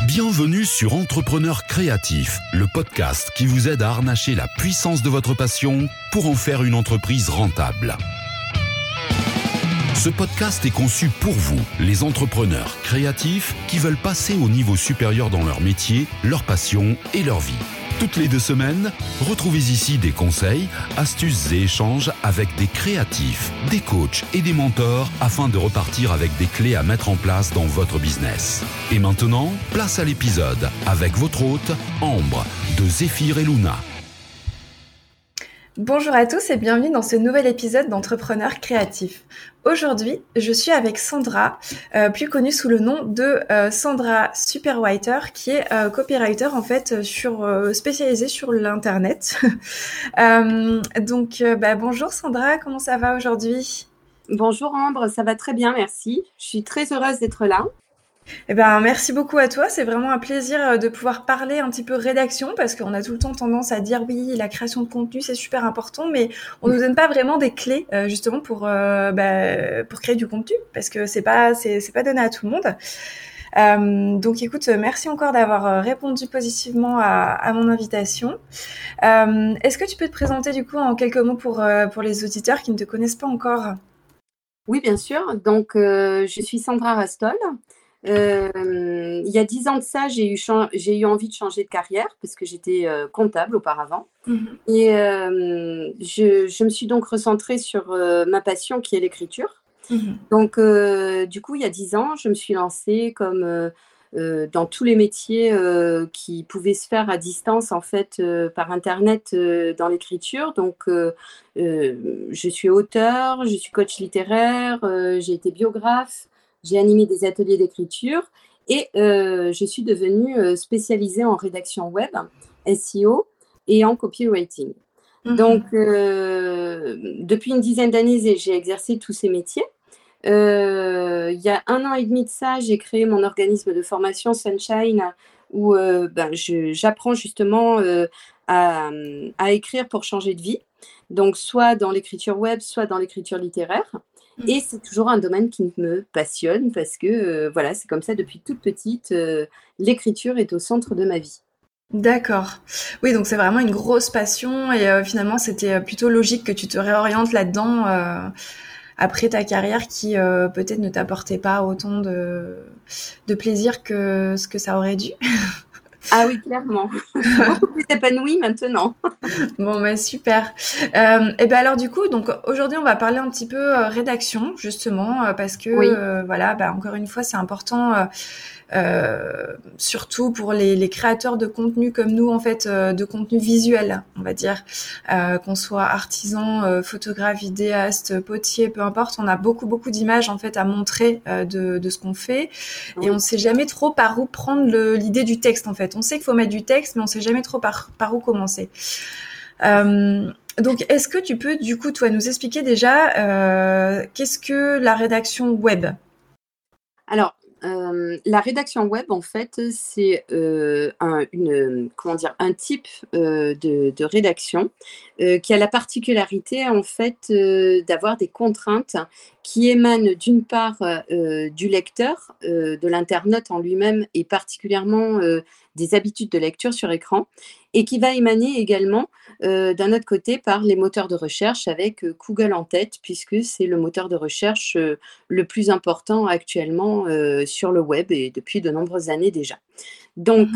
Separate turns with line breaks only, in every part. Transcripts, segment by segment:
Bienvenue sur Entrepreneur Créatif, le podcast qui vous aide à harnacher la puissance de votre passion pour en faire une entreprise rentable. Ce podcast est conçu pour vous, les entrepreneurs créatifs qui veulent passer au niveau supérieur dans leur métier, leur passion et leur vie. Toutes les 2 semaines, retrouvez ici des conseils, astuces et échanges avec des créatifs, des coachs et des mentors afin de repartir avec des clés à mettre en place dans votre business. Et maintenant, place à l'épisode avec votre hôte, Ambre, de Zéphyr et Luna.
Bonjour à tous et bienvenue dans ce nouvel épisode d'Entrepreneurs créatifs. Aujourd'hui, je suis avec Sandra, plus connue sous le nom de Sandra Superwriter, qui est copywriter en fait spécialisée sur l'internet. Bonjour Sandra, comment ça va aujourd'hui ?
Bonjour Ambre, ça va très bien, merci. Je suis très heureuse d'être là.
Merci beaucoup à toi. C'est vraiment un plaisir de pouvoir parler un petit peu rédaction parce qu'on a tout le temps tendance à dire oui, la création de contenu, c'est super important, mais on nous donne pas vraiment des clés justement pour créer du contenu parce que c'est pas donné à tout le monde. Donc écoute, merci encore d'avoir répondu positivement à mon invitation. Est-ce que tu peux te présenter du coup en quelques mots pour les auditeurs qui ne te connaissent pas encore ?
Oui, bien sûr. Donc, je suis Sandra Rastol. Il y a 10 ans de ça, j'ai eu envie de changer de carrière parce que j'étais comptable auparavant. Et je me suis donc recentrée sur ma passion qui est l'écriture. Donc, du coup, il y a 10 ans, je me suis lancée comme dans tous les métiers qui pouvaient se faire à distance, en fait, par Internet dans l'écriture. Donc, je suis auteure, je suis coach littéraire, j'ai été biographe. J'ai animé des ateliers d'écriture et je suis devenue spécialisée en rédaction web, SEO et en copywriting. Donc, depuis une dizaine d'années, j'ai exercé tous ces métiers. Il y a 1 an et demi de ça, j'ai créé mon organisme de formation Sunshine où j'apprends justement à écrire pour changer de vie. Donc, soit dans l'écriture web, soit dans l'écriture littéraire. Et c'est toujours un domaine qui me passionne parce que c'est comme ça depuis toute petite, l'écriture est au centre de ma vie.
D'accord. Oui, donc c'est vraiment une grosse passion et finalement c'était plutôt logique que tu te réorientes là-dedans après ta carrière qui peut-être ne t'apportait pas autant de plaisir que ce que ça aurait dû.
Ah oui, clairement. Je suis beaucoup plus épanouie maintenant.
Bon, super. Alors du coup, donc aujourd'hui, on va parler un petit peu rédaction, justement, parce que
Oui.
Encore une fois, c'est important, surtout pour les créateurs de contenu comme nous, en fait, de contenu visuel, on va dire, qu'on soit artisan, photographe, vidéaste, potier, peu importe, on a beaucoup d'images en fait à montrer de ce qu'on fait, et on sait jamais trop par où prendre l'idée du texte en fait. On sait qu'il faut mettre du texte, mais on sait jamais trop par où commencer. Donc, est-ce que tu peux, du coup, toi, nous expliquer déjà qu'est-ce que la rédaction web ?
Alors, la rédaction web, en fait, c'est un type de rédaction qui a la particularité, en fait, d'avoir des contraintes qui émanent d'une part du lecteur, de l'internaute en lui-même et particulièrement des habitudes de lecture sur écran, et qui va émaner également d'un autre côté par les moteurs de recherche avec Google en tête, puisque c'est le moteur de recherche le plus important actuellement sur le web et depuis de nombreuses années déjà. Donc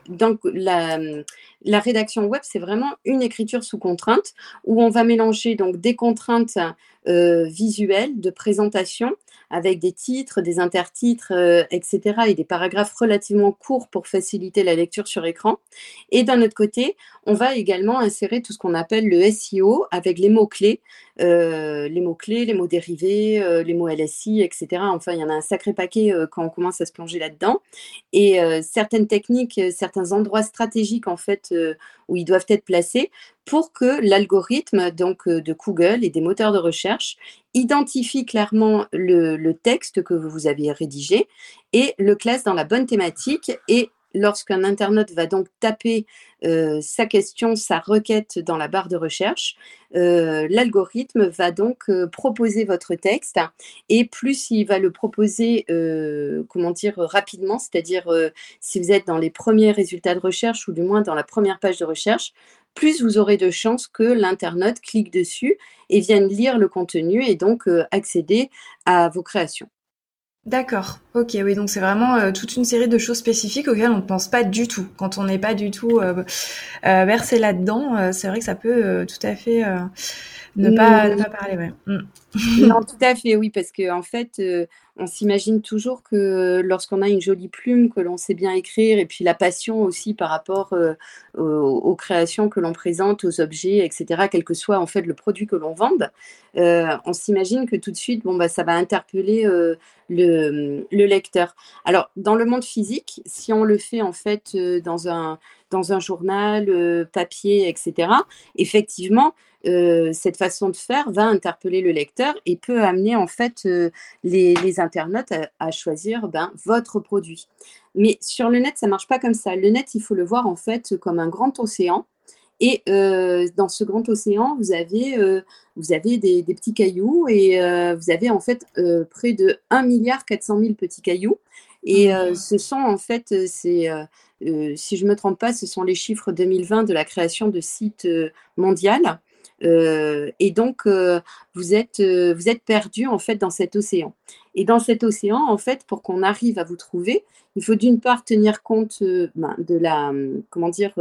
la rédaction web, c'est vraiment une écriture sous contrainte où on va mélanger donc des contraintes visuelles de présentation avec des titres, des intertitres, etc. et des paragraphes relativement courts pour faciliter la lecture sur écran. Et d'un autre côté, on va également insérer tout ce qu'on appelle le SEO avec les mots-clés, les mots dérivés, les mots LSI, etc. Enfin, il y en a un sacré paquet quand on commence à se plonger là-dedans. Et certaines techniques, certains endroits stratégiques en fait où ils doivent être placés pour que l'algorithme donc de Google et des moteurs de recherche identifie clairement le texte que vous avez rédigé et le classe dans la bonne thématique et lorsqu'un internaute va donc taper sa question, sa requête dans la barre de recherche, l'algorithme va donc proposer votre texte et plus il va le proposer, comment dire, rapidement, c'est-à-dire si vous êtes dans les premiers résultats de recherche ou du moins dans la première page de recherche, plus vous aurez de chances que l'internaute clique dessus et vienne lire le contenu et donc accéder à vos créations.
D'accord. Ok, oui, donc c'est vraiment toute une série de choses spécifiques auxquelles on ne pense pas du tout. Quand on n'est pas du tout versé là-dedans, c'est vrai que ça peut tout à fait ne pas parler, ouais.
Non, tout à fait, oui, parce qu'en fait, on s'imagine toujours que lorsqu'on a une jolie plume, que l'on sait bien écrire et puis la passion aussi par rapport, aux créations que l'on présente, aux objets et cetera, quel que soit en fait le produit que l'on vende, on s'imagine que tout de suite, bon, bah, ça va interpeller, le lecteur. Alors dans le monde physique, si on le fait en fait, dans un journal, papier et cetera, effectivement, cette façon de faire va interpeller le lecteur et peut amener en fait les internautes à choisir votre produit. Mais sur le net, ça marche pas comme ça. Le net, il faut le voir en fait comme un grand océan. Et dans ce grand océan, vous avez des petits cailloux et vous avez en fait près de 1,4 milliard petits cailloux. Et ce sont en fait, si je ne me trompe pas, ce sont les chiffres 2020 de la création de sites mondial. Et donc, vous êtes perdu en fait dans cet océan. Et dans cet océan, en fait, pour qu'on arrive à vous trouver, il faut d'une part tenir compte de la, comment dire,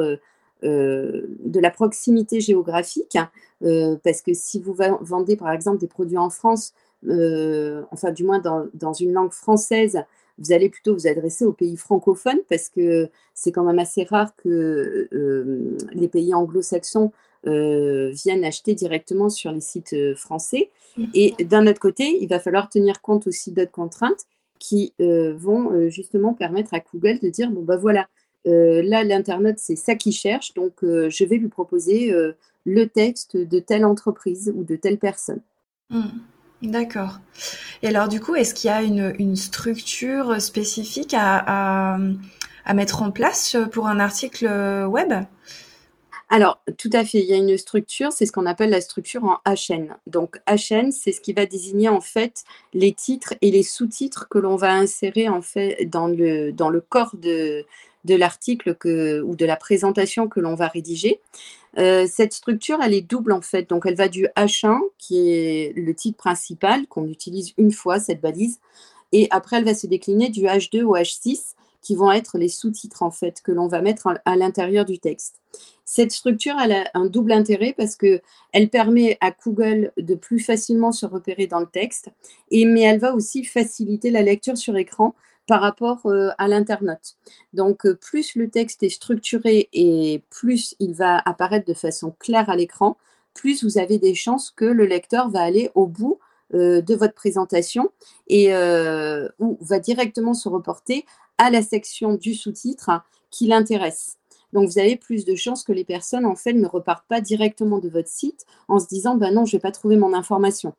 de la proximité géographique, parce que si vous vendez par exemple des produits en France, enfin du moins dans une langue française, vous allez plutôt vous adresser aux pays francophones parce que c'est quand même assez rare que les pays anglo-saxons viennent acheter directement sur les sites français. Et d'un autre côté, il va falloir tenir compte aussi d'autres contraintes qui vont justement permettre à Google de dire, bon bah voilà, là l'internaute c'est ça qu'il cherche, donc je vais lui proposer le texte de telle entreprise ou de telle personne.
D'accord. Et alors du coup, est-ce qu'il y a une structure spécifique à mettre en place pour un article web?
Alors, tout à fait, il y a une structure, c'est ce qu'on appelle la structure en HN. Donc, HN, c'est ce qui va désigner en fait les titres et les sous-titres que l'on va insérer en fait dans le corps de l'article ou de la présentation que l'on va rédiger. Cette structure, elle est double en fait. Donc, elle va du H1, qui est le titre principal, qu'on utilise une fois, cette balise, et après, elle va se décliner du H2 au H6, qui vont être les sous-titres en fait que l'on va mettre à l'intérieur du texte. Cette structure, elle a un double intérêt parce qu'elle permet à Google de plus facilement se repérer dans le texte, mais elle va aussi faciliter la lecture sur écran par rapport à l'internaute. Donc, plus le texte est structuré et plus il va apparaître de façon claire à l'écran, plus vous avez des chances que le lecteur va aller au bout de votre présentation et ou va directement se reporter à la section du sous-titre qui l'intéresse. Donc, vous avez plus de chances que les personnes, en fait, ne repartent pas directement de votre site en se disant, ben non, je ne vais pas trouver mon information.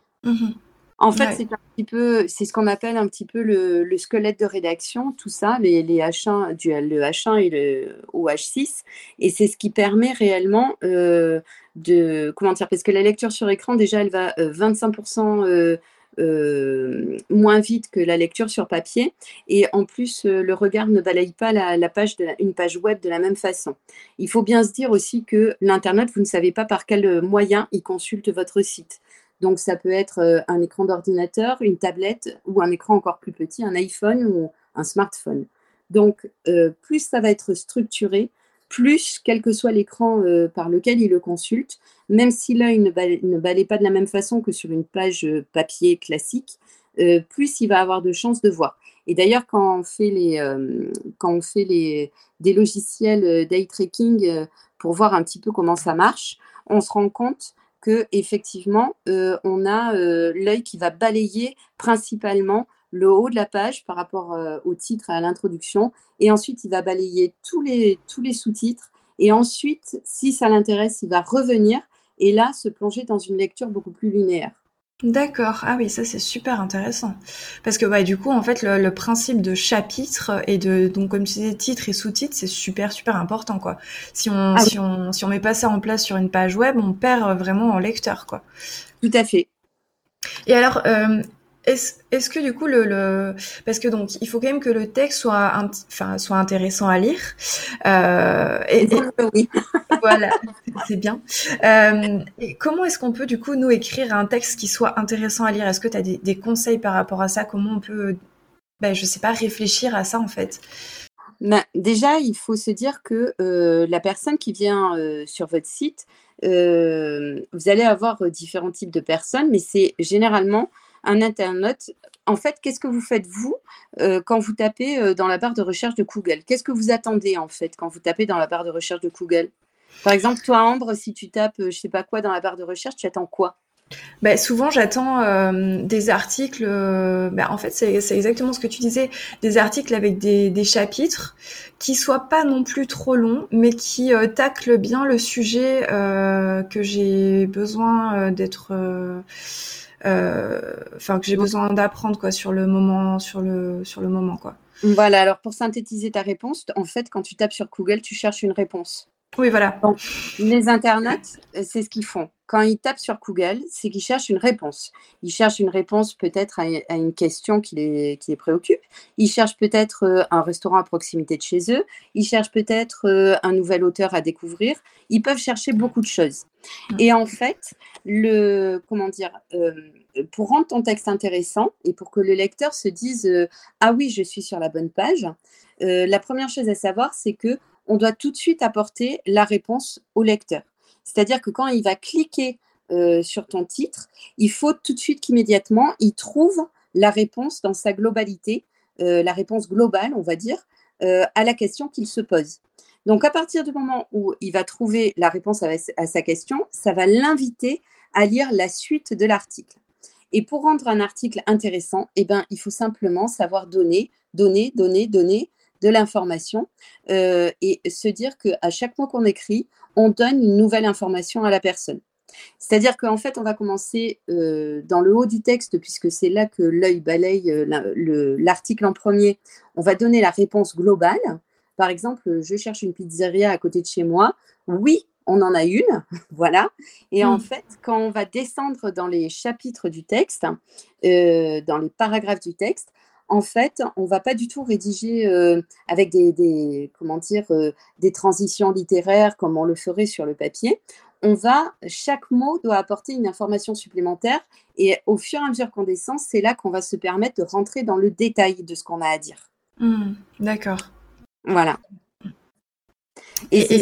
En fait, c'est ce qu'on appelle un petit peu le squelette de rédaction, tout ça, les H1, le H1 et au H6. Et c'est ce qui permet réellement comment dire, parce que la lecture sur écran, déjà, elle va 25% moins vite que la lecture sur papier. Et en plus, le regard ne balaye pas une page web de la même façon. Il faut bien se dire aussi que l'internaute, vous ne savez pas par quel moyen il consulte votre site. Donc, ça peut être un écran d'ordinateur, une tablette ou un écran encore plus petit, un iPhone ou un smartphone. Donc, plus ça va être structuré, plus, quel que soit l'écran par lequel il le consulte, même si l'œil ne balaye pas de la même façon que sur une page papier classique, plus il va avoir de chances de voir. Et d'ailleurs, quand on fait des logiciels d'eye tracking pour voir un petit peu comment ça marche, on se rend compte qu'effectivement, on a l'œil qui va balayer principalement le haut de la page par rapport au titre et à l'introduction. Et ensuite, il va balayer tous les sous-titres. Et ensuite, si ça l'intéresse, il va revenir et là, se plonger dans une lecture beaucoup plus linéaire.
D'accord. Ah oui, ça c'est super intéressant. Parce que ouais, du coup, en fait, le principe de chapitre et donc comme tu disais, titre et sous-titre, c'est super super important quoi.
Ah oui,
Si on met pas ça en place sur une page web, on perd vraiment en lecteur quoi.
tout à fait.
Et alors, est-ce que du coup parce que donc il faut quand même que le texte soit intéressant à lire. Et
Oui.
voilà, c'est bien. Et comment est-ce qu'on peut du coup nous écrire un texte qui soit intéressant à lire? Est-ce que tu as des conseils par rapport à ça? Comment on peut, je sais pas, réfléchir à ça en fait?
Ben, déjà, il faut se dire que la personne qui vient sur votre site, vous allez avoir différents types de personnes, mais c'est généralement un internaute. En fait, qu'est-ce que vous faites vous quand vous tapez dans la barre de recherche de Google? Qu'est-ce que vous attendez en fait quand vous tapez dans la barre de recherche de Google? Par exemple, toi, Ambre, si tu tapes je sais pas quoi dans la barre de recherche, tu attends quoi?
Souvent, j'attends des articles. En fait, c'est exactement ce que tu disais, des articles avec des chapitres qui soient pas non plus trop longs, mais qui taclent bien le sujet que j'ai besoin que j'ai besoin d'apprendre quoi sur le moment, sur le moment quoi.
Voilà, alors pour synthétiser ta réponse, en fait, quand tu tapes sur Google, tu cherches une réponse.
Oui, voilà.
Donc, les internautes, c'est ce qu'ils font. Quand ils tapent sur Google, c'est qu'ils cherchent une réponse. Ils cherchent une réponse peut-être à une question qui les préoccupe. Ils cherchent peut-être un restaurant à proximité de chez eux. Ils cherchent peut-être un nouvel auteur à découvrir. Ils peuvent chercher beaucoup de choses. Et en fait, pour rendre ton texte intéressant et pour que le lecteur se dise ah oui, je suis sur la bonne page, la première chose à savoir, c'est que on doit tout de suite apporter la réponse au lecteur. C'est-à-dire que quand il va cliquer sur ton titre, il faut tout de suite qu'immédiatement, il trouve la réponse dans sa globalité, la réponse globale, on va dire, à la question qu'il se pose. Donc, à partir du moment où il va trouver la réponse à sa question, ça va l'inviter à lire la suite de l'article. Et pour rendre un article intéressant, il faut simplement savoir donner de l'information et se dire qu'à chaque mot qu'on écrit, on donne une nouvelle information à la personne. C'est-à-dire qu'en fait, on va commencer dans le haut du texte, puisque c'est là que l'œil balaye l'article en premier. On va donner la réponse globale. Par exemple, je cherche une pizzeria à côté de chez moi. Oui, on en a une, voilà. Et en fait, quand on va descendre dans les chapitres du texte, dans les paragraphes du texte, en fait, on ne va pas du tout rédiger avec des transitions littéraires comme on le ferait sur le papier. Chaque mot doit apporter une information supplémentaire et au fur et à mesure qu'on descend, c'est là qu'on va se permettre de rentrer dans le détail de ce qu'on a à dire.
D'accord.
Voilà. Et c'est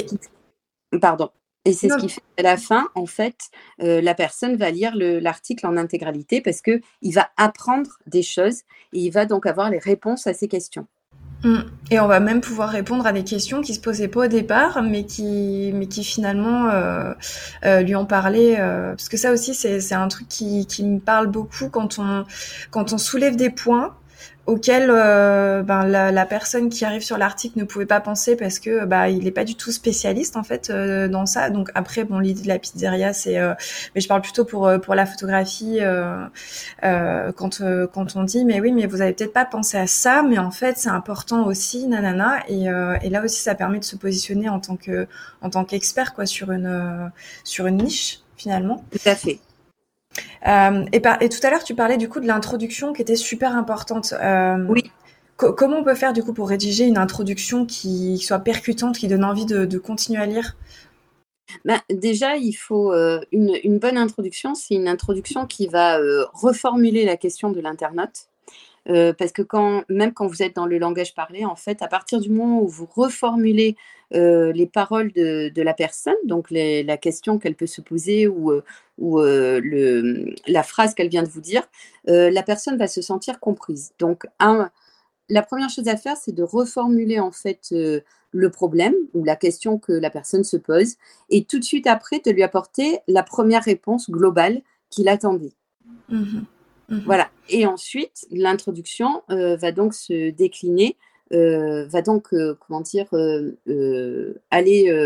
ce qui fait qu'à la fin, en fait, la personne va lire l'article en intégralité parce qu'il va apprendre des choses et il va donc avoir les réponses à ses questions.
Et on va même pouvoir répondre à des questions qui se posaient pas au départ, mais qui finalement lui ont parlé. Parce que ça aussi, c'est un truc qui me parle beaucoup quand on soulève des points auxquels la personne qui arrive sur l'article ne pouvait pas penser parce que il est pas du tout spécialiste en fait dans ça. Donc après l'idée de la pizzeria c'est mais je parle plutôt pour la photographie quand on dit mais oui mais vous avez peut-être pas pensé à ça mais en fait c'est important aussi nanana et là aussi ça permet de se positionner en tant qu'expert quoi sur une niche finalement.
Tout à fait.
Et tout à l'heure, tu parlais du coup de l'introduction qui était super importante.
Oui.
Comment on peut faire du coup pour rédiger une introduction qui soit percutante, qui donne envie de continuer à lire?
Déjà, il faut une bonne introduction. C'est une introduction qui va reformuler la question de l'internaute. Parce que même quand vous êtes dans le langage parlé, en fait, à partir du moment où vous reformulez les paroles de la personne, donc la question qu'elle peut se poser ou la phrase qu'elle vient de vous dire, la personne va se sentir comprise. Donc, la première chose à faire, c'est de reformuler en fait le problème ou la question que la personne se pose et tout de suite après de lui apporter la première réponse globale qu'il attendait. Voilà. Et ensuite, l'introduction va donc se décliner, aller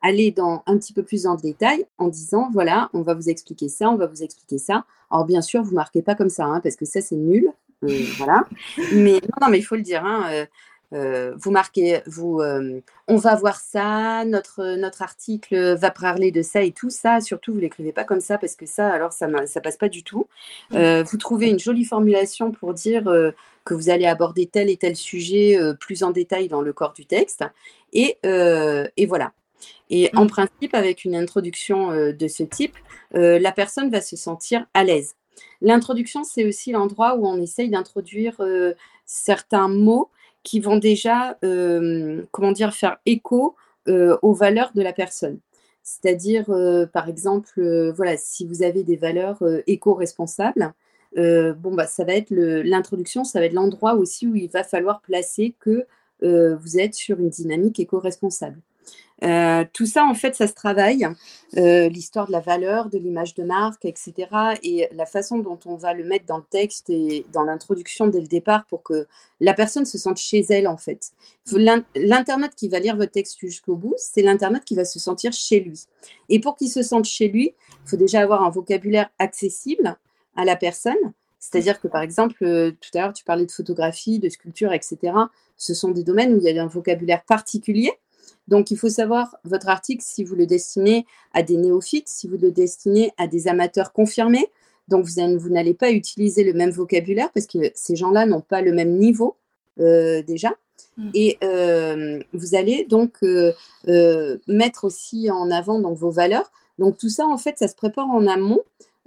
aller un petit peu plus dans le détail en disant, voilà, on va vous expliquer ça, on va vous expliquer ça. Alors, bien sûr, vous ne marquez pas comme ça, hein, parce que ça, c'est nul. Voilà. Mais non, mais il faut le dire. Hein, vous marquez, on va voir ça, notre article va parler de ça et tout ça. Surtout, vous ne l'écrivez pas comme ça parce que ça, alors, ça passe pas du tout. Vous trouvez une jolie formulation pour dire que vous allez aborder tel et tel sujet plus en détail dans le corps du texte. Et voilà. Et en principe, avec une introduction de ce type, la personne va se sentir à l'aise. L'introduction, c'est aussi l'endroit où on essaye d'introduire certains mots qui vont déjà, faire écho aux valeurs de la personne. C'est-à-dire, par exemple, voilà, si vous avez des valeurs éco-responsables, ça va être l'introduction, ça va être l'endroit aussi où il va falloir placer que vous êtes sur une dynamique éco-responsable. Tout ça, en fait, ça se travaille, l'histoire de la valeur, de l'image de marque, etc. Et la façon dont on va le mettre dans le texte et dans l'introduction dès le départ pour que la personne se sente chez elle, en fait. L'internaute qui va lire votre texte jusqu'au bout, c'est l'internaute qui va se sentir chez lui. Et pour qu'il se sente chez lui, il faut déjà avoir un vocabulaire accessible à la personne. C'est-à-dire que, par exemple, tout à l'heure, tu parlais de photographie, de sculpture, etc. Ce sont des domaines où il y a un vocabulaire particulier. Donc, il faut savoir, votre article, si vous le destinez à des néophytes, si vous le destinez à des amateurs confirmés, donc vous n'allez pas utiliser le même vocabulaire parce que ces gens-là n'ont pas le même niveau déjà. Et vous allez donc mettre aussi en avant donc, vos valeurs. Donc, tout ça, en fait, ça se prépare en amont.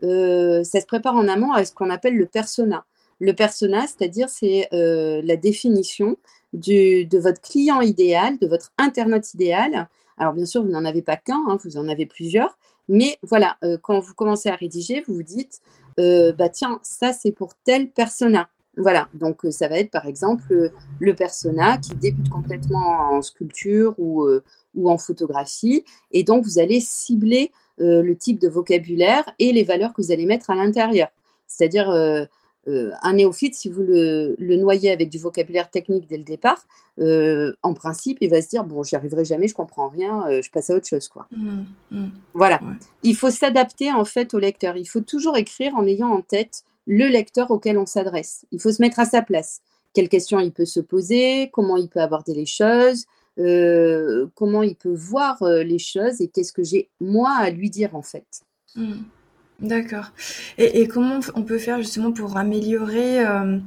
À ce qu'on appelle le persona. Le persona, c'est-à-dire, c'est la définition de votre client idéal, de votre internaute idéal. Alors, bien sûr, vous n'en avez pas qu'un, hein, vous en avez plusieurs. Mais voilà, quand vous commencez à rédiger, vous vous dites, tiens, ça, c'est pour tel persona. Voilà, donc ça va être, par exemple, le persona qui débute complètement en sculpture ou en photographie. Et donc, vous allez cibler le type de vocabulaire et les valeurs que vous allez mettre à l'intérieur. C'est-à-dire, un néophyte, si vous le noyez avec du vocabulaire technique dès le départ, en principe, il va se dire, bon, j'y arriverai jamais, je comprends rien, je passe à autre chose, quoi. Voilà. Ouais. Il faut s'adapter, en fait, au lecteur. Il faut toujours écrire en ayant en tête le lecteur auquel on s'adresse. Il faut se mettre à sa place. Quelles questions il peut se poser, comment il peut aborder les choses, comment il peut voir les choses et qu'est-ce que j'ai, moi, à lui dire, en fait.
D'accord. Et comment on peut faire justement pour améliorer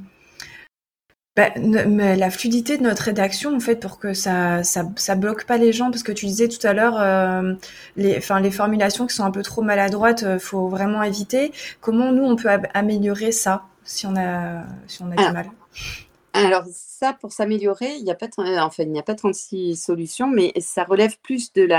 la fluidité de notre rédaction, en fait, pour que ça bloque pas les gens, parce que tu disais tout à l'heure, les formulations qui sont un peu trop maladroites, faut vraiment éviter. Comment nous on peut améliorer ça si on a du mal?
Alors ça, pour s'améliorer, il n'y a pas 36 solutions, mais ça relève plus de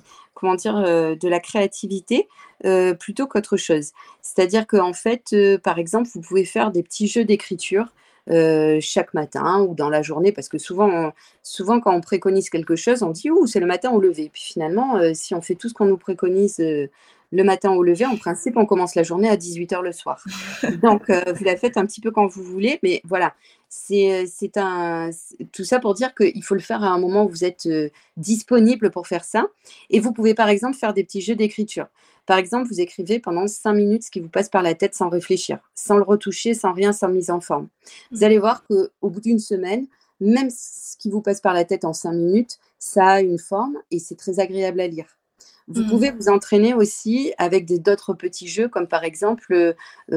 la créativité plutôt qu'autre chose. C'est-à-dire qu'en fait, par exemple, vous pouvez faire des petits jeux d'écriture chaque matin ou dans la journée, parce que souvent quand on préconise quelque chose, on dit c'est le matin au lever. Puis finalement, si on fait tout ce qu'on nous préconise le matin au lever, en principe, on commence la journée à 18h le soir. Donc, vous la faites un petit peu quand vous voulez, mais voilà, c'est tout ça pour dire qu'il faut le faire à un moment où vous êtes disponible pour faire ça. Et vous pouvez, par exemple, faire des petits jeux d'écriture. Par exemple, vous écrivez pendant 5 minutes ce qui vous passe par la tête sans réfléchir, sans le retoucher, sans rien, sans mise en forme. Vous allez voir qu'au bout d'une semaine, même ce qui vous passe par la tête en 5 minutes, ça a une forme et c'est très agréable à lire. Vous pouvez vous entraîner aussi avec d'autres petits jeux, comme par exemple,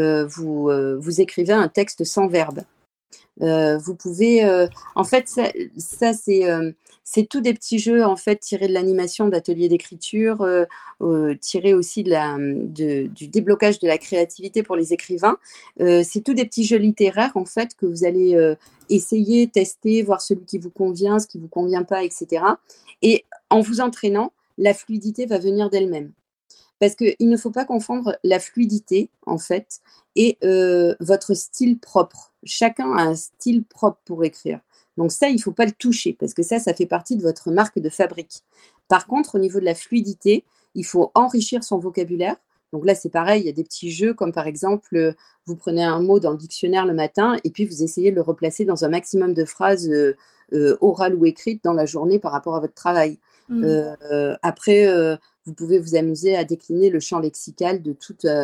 vous écrivez un texte sans verbe. Vous pouvez, en fait, ça c'est tous des petits jeux en fait tirés de l'animation d'ateliers d'écriture, tirés aussi du déblocage de la créativité pour les écrivains. C'est tous des petits jeux littéraires en fait que vous allez essayer, tester, voir celui qui vous convient, ce qui vous convient pas, etc. Et en vous entraînant, la fluidité va venir d'elle-même. Parce qu'il ne faut pas confondre la fluidité, en fait, et votre style propre. Chacun a un style propre pour écrire. Donc ça, il ne faut pas le toucher, parce que ça fait partie de votre marque de fabrique. Par contre, au niveau de la fluidité, il faut enrichir son vocabulaire. Donc là, c'est pareil, il y a des petits jeux, comme par exemple, vous prenez un mot dans le dictionnaire le matin, et puis vous essayez de le replacer dans un maximum de phrases orales ou écrites dans la journée par rapport à votre travail. Après, vous pouvez vous amuser à décliner le champ lexical de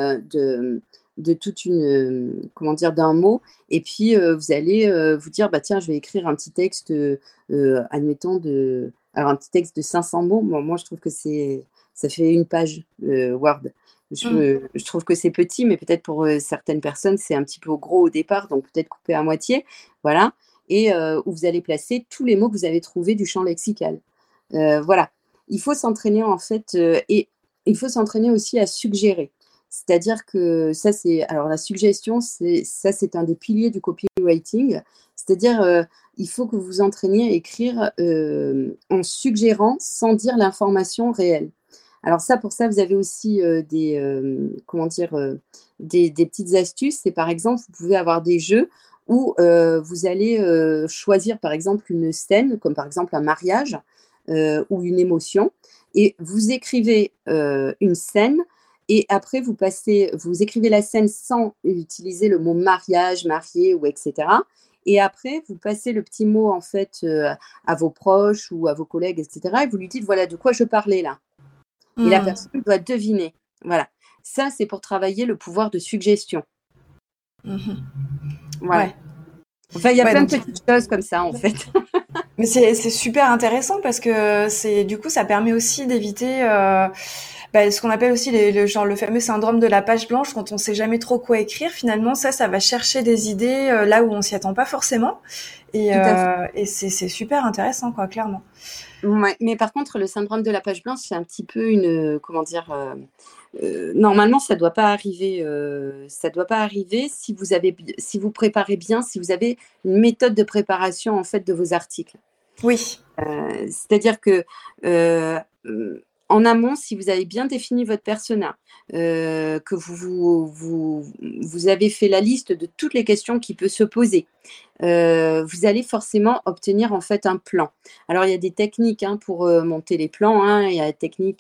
toute comment dire, d'un mot. Et puis, vous allez vous dire, bah tiens, je vais écrire un petit texte, admettons, alors un petit texte de 500 mots. Moi, je trouve que ça fait une page Word. Je trouve que c'est petit, mais peut-être pour certaines personnes, c'est un petit peu gros au départ, donc peut-être couper à moitié. Voilà. Et où vous allez placer tous les mots que vous avez trouvés du champ lexical. Voilà. Il faut s'entraîner en fait, et il faut s'entraîner aussi à suggérer. C'est-à-dire que alors la suggestion, c'est un des piliers du copywriting. C'est-à-dire, il faut que vous vous entraîniez à écrire en suggérant sans dire l'information réelle. Alors pour ça, vous avez aussi comment dire, des petites astuces. C'est par exemple, vous pouvez avoir des jeux où vous allez choisir par exemple une scène, comme par exemple un mariage ou une émotion, et vous écrivez une scène. Et après, vous écrivez la scène sans utiliser le mot mariage, marié ou etc. Et après, vous passez le petit mot en fait à vos proches ou à vos collègues, etc. Et vous lui dites, voilà de quoi je parlais là. Et la personne doit deviner. Voilà. Ça, c'est pour travailler le pouvoir de suggestion. Voilà. Ouais. Enfin, il y a plein de petites choses comme ça, en fait.
Mais c'est super intéressant parce que du coup, ça permet aussi d'éviter ce qu'on appelle aussi le fameux syndrome de la page blanche, quand on sait jamais trop quoi écrire. Finalement, ça va chercher des idées là où on s'y attend pas forcément. Et c'est super intéressant, quoi, clairement.
Ouais, mais par contre, le syndrome de la page blanche, c'est un petit peu comment dire, normalement, ça doit pas arriver. Ça doit pas arriver si vous préparez bien, si vous avez une méthode de préparation en fait de vos articles.
Oui.
C'est-à-dire que en amont, si vous avez bien défini votre persona, que vous avez fait la liste de toutes les questions qui peuvent se poser, vous allez forcément obtenir en fait un plan. Alors il y a des techniques pour monter les plans. Il y a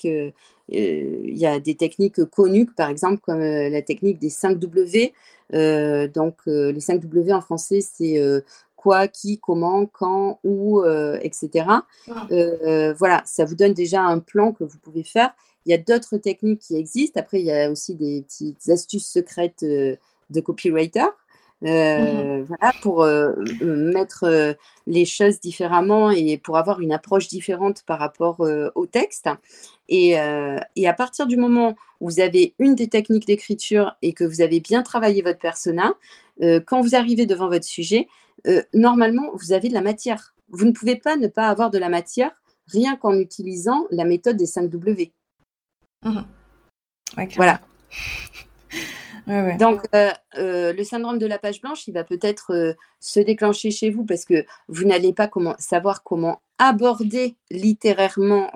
des techniques connues, par exemple comme la technique des 5 W. Donc les 5 W en français, c'est quoi, qui, comment, quand, où, etc. Voilà, ça vous donne déjà un plan que vous pouvez faire. Il y a d'autres techniques qui existent. Après, il y a aussi des petites astuces secrètes de copywriter. Voilà, pour mettre les choses différemment et pour avoir une approche différente par rapport au texte. Et à partir du moment où vous avez une des techniques d'écriture et que vous avez bien travaillé votre persona, quand vous arrivez devant votre sujet, normalement, vous avez de la matière. Vous ne pouvez pas ne pas avoir de la matière rien qu'en utilisant la méthode des 5 W.
Ouais,
voilà.
Ouais.
Donc, le syndrome de la page blanche, il va peut-être se déclencher chez vous parce que vous n'allez pas savoir comment aborder littérairement,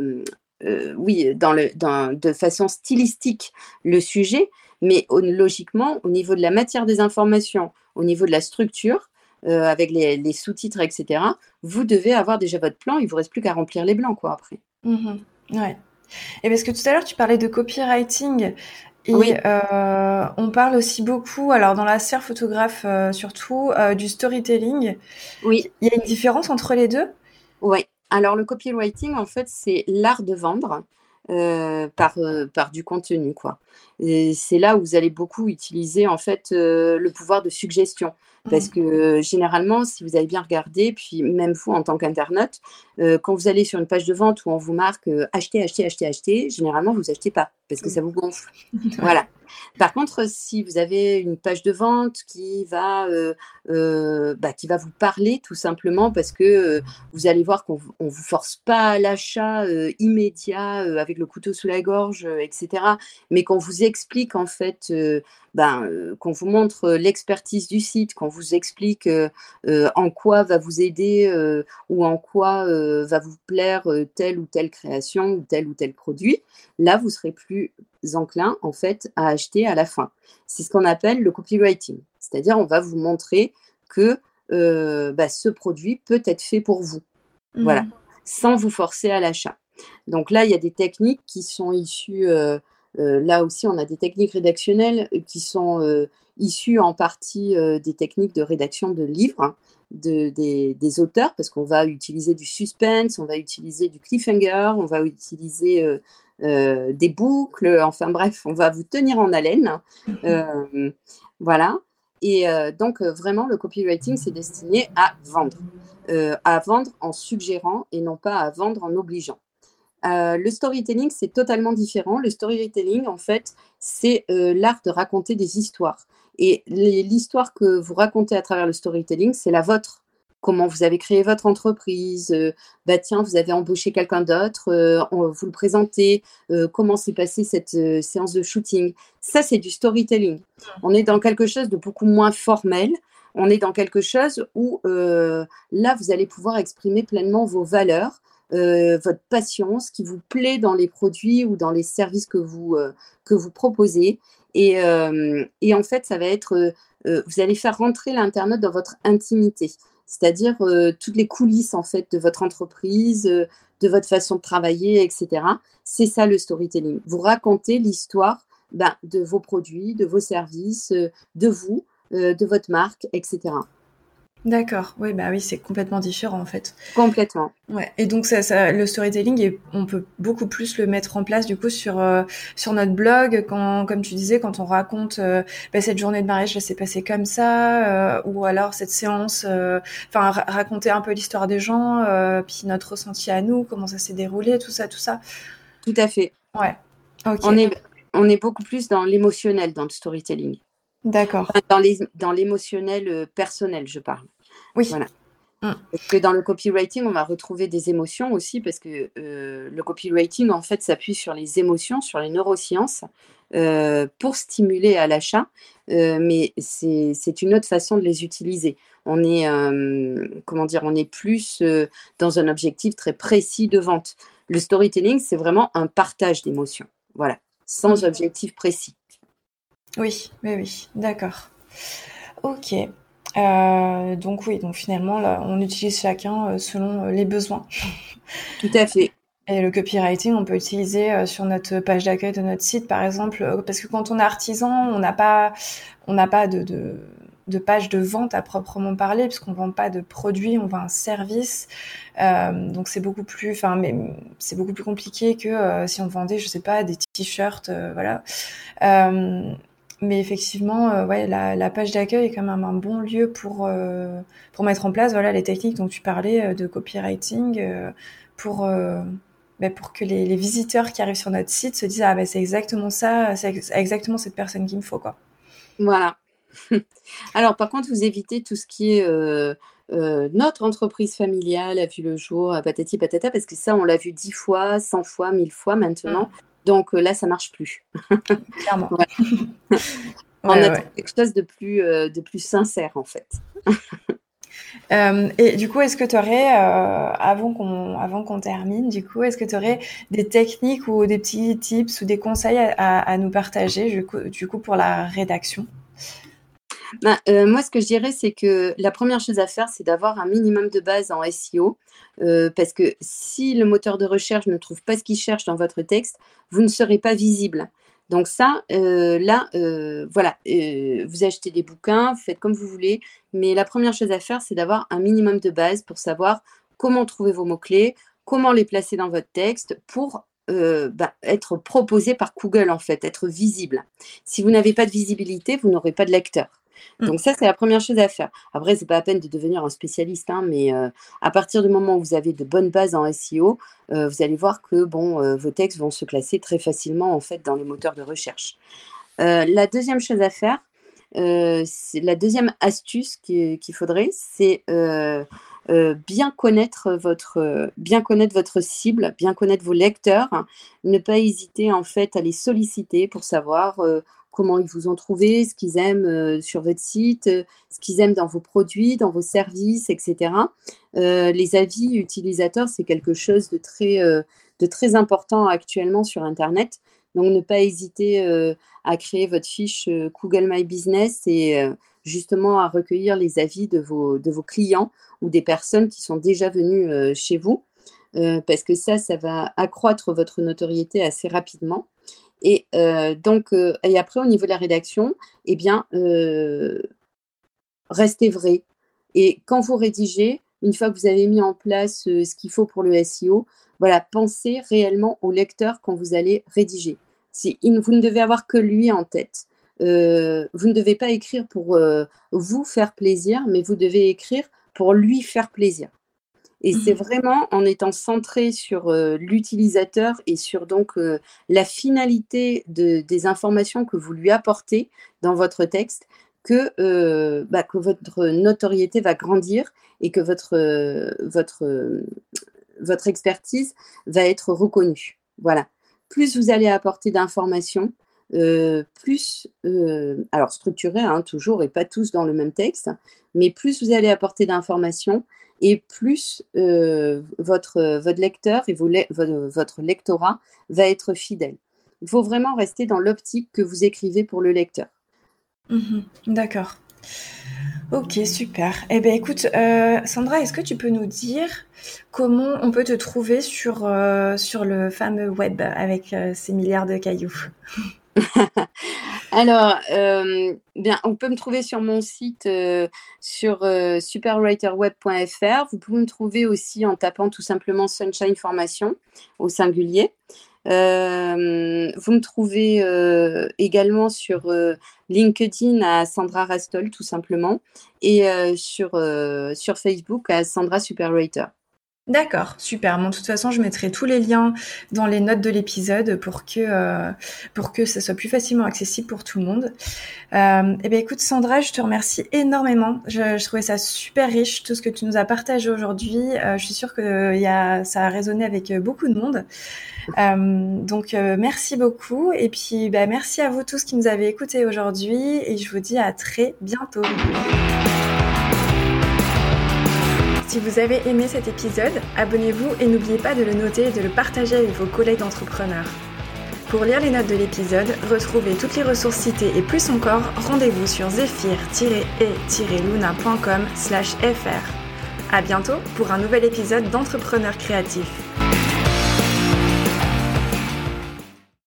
de façon stylistique le sujet, mais logiquement, au niveau de la matière des informations, au niveau de la structure, avec les sous-titres, etc., vous devez avoir déjà votre plan, il ne vous reste plus qu'à remplir les blancs, quoi, après.
Ouais. Et parce que tout à l'heure, tu parlais de copywriting. Et
oui.
On parle aussi beaucoup, alors dans la sphère photographe surtout, du storytelling.
Oui.
Il y a une différence entre les deux ?
Oui. Alors, le copywriting, en fait, c'est l'art de vendre par du contenu, quoi. Et c'est là où vous allez beaucoup utiliser, en fait, le pouvoir de suggestion. Parce que généralement, si vous avez bien regardé, puis même vous, en tant qu'internaute, quand vous allez sur une page de vente où on vous marque acheter, acheter, acheter, acheter, généralement, vous achetez pas parce que ça vous gonfle. Voilà. Par contre, si vous avez une page de vente qui va vous parler tout simplement parce que vous allez voir qu'on ne vous force pas à l'achat immédiat avec le couteau sous la gorge, etc. Mais qu'on vous explique en fait, qu'on vous montre l'expertise du site, qu'on vous explique en quoi va vous aider ou en quoi va vous plaire telle ou telle création ou tel produit, là, vous serez plus enclin en fait à acheter à la fin. C'est ce qu'on appelle le copywriting. C'est-à-dire, on va vous montrer que ce produit peut être fait pour vous. Voilà, sans vous forcer à l'achat. Donc là, il y a des techniques qui sont issues, là aussi, on a des techniques rédactionnelles qui sont issues en partie des techniques de rédaction de livres. des auteurs, parce qu'on va utiliser du suspense, on va utiliser du cliffhanger, on va utiliser des boucles, enfin bref, on va vous tenir en haleine. Voilà. Et donc, vraiment, le copywriting, c'est destiné à vendre en suggérant et non pas à vendre en obligeant. Le storytelling, c'est totalement différent. Le storytelling, en fait, c'est l'art de raconter des histoires. Et l'histoire que vous racontez à travers le storytelling, c'est la vôtre. Comment vous avez créé votre entreprise, tiens, vous avez embauché quelqu'un d'autre, vous le présentez, comment s'est passée cette séance de shooting. Ça, c'est du storytelling. On est dans quelque chose de beaucoup moins formel. On est dans quelque chose où, là, vous allez pouvoir exprimer pleinement vos valeurs, votre passion, ce qui vous plaît dans les produits ou dans les services que vous proposez. Et en fait, ça va être, vous allez faire rentrer l'internaute dans votre intimité, c'est-à-dire toutes les coulisses en fait de votre entreprise, de votre façon de travailler, etc. C'est ça le storytelling. Vous racontez l'histoire de vos produits, de vos services, de vous, de votre marque, etc.
D'accord, oui, oui, c'est complètement différent en fait.
Complètement.
Ouais. Et donc le storytelling, on peut beaucoup plus le mettre en place du coup sur notre blog, comme tu disais, quand on raconte cette journée de mariage, ça s'est passé comme ça, ou alors cette séance, raconter un peu l'histoire des gens, puis notre ressenti à nous, comment ça s'est déroulé, tout ça.
Tout à fait.
Ouais. Ok.
On est beaucoup plus dans l'émotionnel dans le storytelling.
D'accord.
Dans l'émotionnel personnel, je parle.
Oui.
Voilà. Parce que dans le copywriting, on va retrouver des émotions aussi, parce que le copywriting, en fait, s'appuie sur les émotions, sur les neurosciences, pour stimuler à l'achat, mais c'est une autre façon de les utiliser. On est, on est plus dans un objectif très précis de vente. Le storytelling, c'est vraiment un partage d'émotions, voilà, sans objectif précis.
Oui, d'accord. Ok. Donc finalement, là, on utilise chacun selon les besoins.
Tout à fait.
Et le copywriting, on peut utiliser sur notre page d'accueil de notre site, par exemple, parce que quand on est artisan, on n'a pas de page de vente à proprement parler, puisqu'on vend pas de produits, on vend un service. Donc c'est beaucoup plus compliqué que si on vendait, je sais pas, des t-shirts, voilà. Mais effectivement, la page d'accueil est quand même un bon lieu pour mettre en place les techniques dont tu parlais de copywriting, pour que les visiteurs qui arrivent sur notre site se disent c'est exactement ça, c'est exactement cette personne qu'il me faut, quoi.
Voilà. Alors par contre, vous évitez tout ce qui est notre entreprise familiale a vu le jour, patati patata, parce que ça, on l'a vu 10 fois, 100 fois, 1000 fois maintenant. Donc là, ça marche plus.
Clairement.
On attend quelque chose de plus sincère, en fait.
Et du coup, est-ce que tu aurais, avant qu'on termine, du coup, est-ce que tu aurais des techniques ou des petits tips ou des conseils à nous partager, du coup, pour la rédaction ?
Moi, ce que je dirais, c'est que la première chose à faire, c'est d'avoir un minimum de base en SEO, parce que si le moteur de recherche ne trouve pas ce qu'il cherche dans votre texte, vous ne serez pas visible. Donc ça, voilà, vous achetez des bouquins, vous faites comme vous voulez, mais la première chose à faire, c'est d'avoir un minimum de base pour savoir comment trouver vos mots-clés, comment les placer dans votre texte pour être proposé par Google, en fait, être visible. Si vous n'avez pas de visibilité, vous n'aurez pas de lecteur. Donc ça, c'est la première chose à faire. Après, c'est pas la peine de devenir un spécialiste, mais à partir du moment où vous avez de bonnes bases en SEO, vous allez voir que vos textes vont se classer très facilement en fait dans les moteurs de recherche. La deuxième chose à faire, c'est la deuxième astuce qu'il faudrait, c'est bien connaître votre cible, bien connaître vos lecteurs, ne pas hésiter en fait à les solliciter pour savoir comment ils vous ont trouvé, ce qu'ils aiment sur votre site, ce qu'ils aiment dans vos produits, dans vos services, etc. Les avis utilisateurs, c'est quelque chose de très important actuellement sur Internet. Donc, ne pas hésiter à créer votre fiche Google My Business et justement à recueillir les avis de vos clients ou des personnes qui sont déjà venues chez vous, parce que ça va accroître votre notoriété assez rapidement. Et et après, au niveau de la rédaction, restez vrai Et quand vous rédigez, une fois que vous avez mis en place ce qu'il faut pour le SEO, voilà, pensez réellement au lecteur quand vous allez rédiger. Vous ne devez avoir que lui en tête. Vous ne devez pas écrire pour vous faire plaisir, mais vous devez écrire pour lui faire plaisir. Et c'est vraiment en étant centré sur l'utilisateur et sur donc la finalité des informations que vous lui apportez dans votre texte que votre notoriété va grandir et que votre expertise va être reconnue. Voilà. Plus vous allez apporter d'informations, plus, alors structurées toujours et pas tous dans le même texte, mais plus vous allez apporter d'informations et plus votre lecteur et votre lectorat va être fidèle. Il faut vraiment rester dans l'optique que vous écrivez pour le lecteur.
D'accord. Ok, super. Eh bien, écoute, Sandra, est-ce que tu peux nous dire comment on peut te trouver sur le fameux web avec ces milliards de cailloux?
Alors, on peut me trouver sur mon site sur superwriterweb.fr. Vous pouvez me trouver aussi en tapant tout simplement Sunshine Formation au singulier. Vous me trouvez également sur LinkedIn à Sandra Rastol tout simplement et sur Facebook à Sandra Superwriter.
D'accord, super. Bon, de toute façon, je mettrai tous les liens dans les notes de l'épisode pour que ça soit plus facilement accessible pour tout le monde. Eh bien, écoute, Sandra, je te remercie énormément. Je trouvais ça super riche, tout ce que tu nous as partagé aujourd'hui. Je suis sûre que ça a résonné avec beaucoup de monde. Donc, merci beaucoup. Et puis, merci à vous tous qui nous avez écoutés aujourd'hui. Et je vous dis à très bientôt. Si vous avez aimé cet épisode, abonnez-vous et n'oubliez pas de le noter et de le partager avec vos collègues d'entrepreneurs. Pour lire les notes de l'épisode, retrouvez toutes les ressources citées et plus encore, rendez-vous sur zephyr-e-luna.com/fr. À bientôt pour un nouvel épisode d'Entrepreneurs créatifs.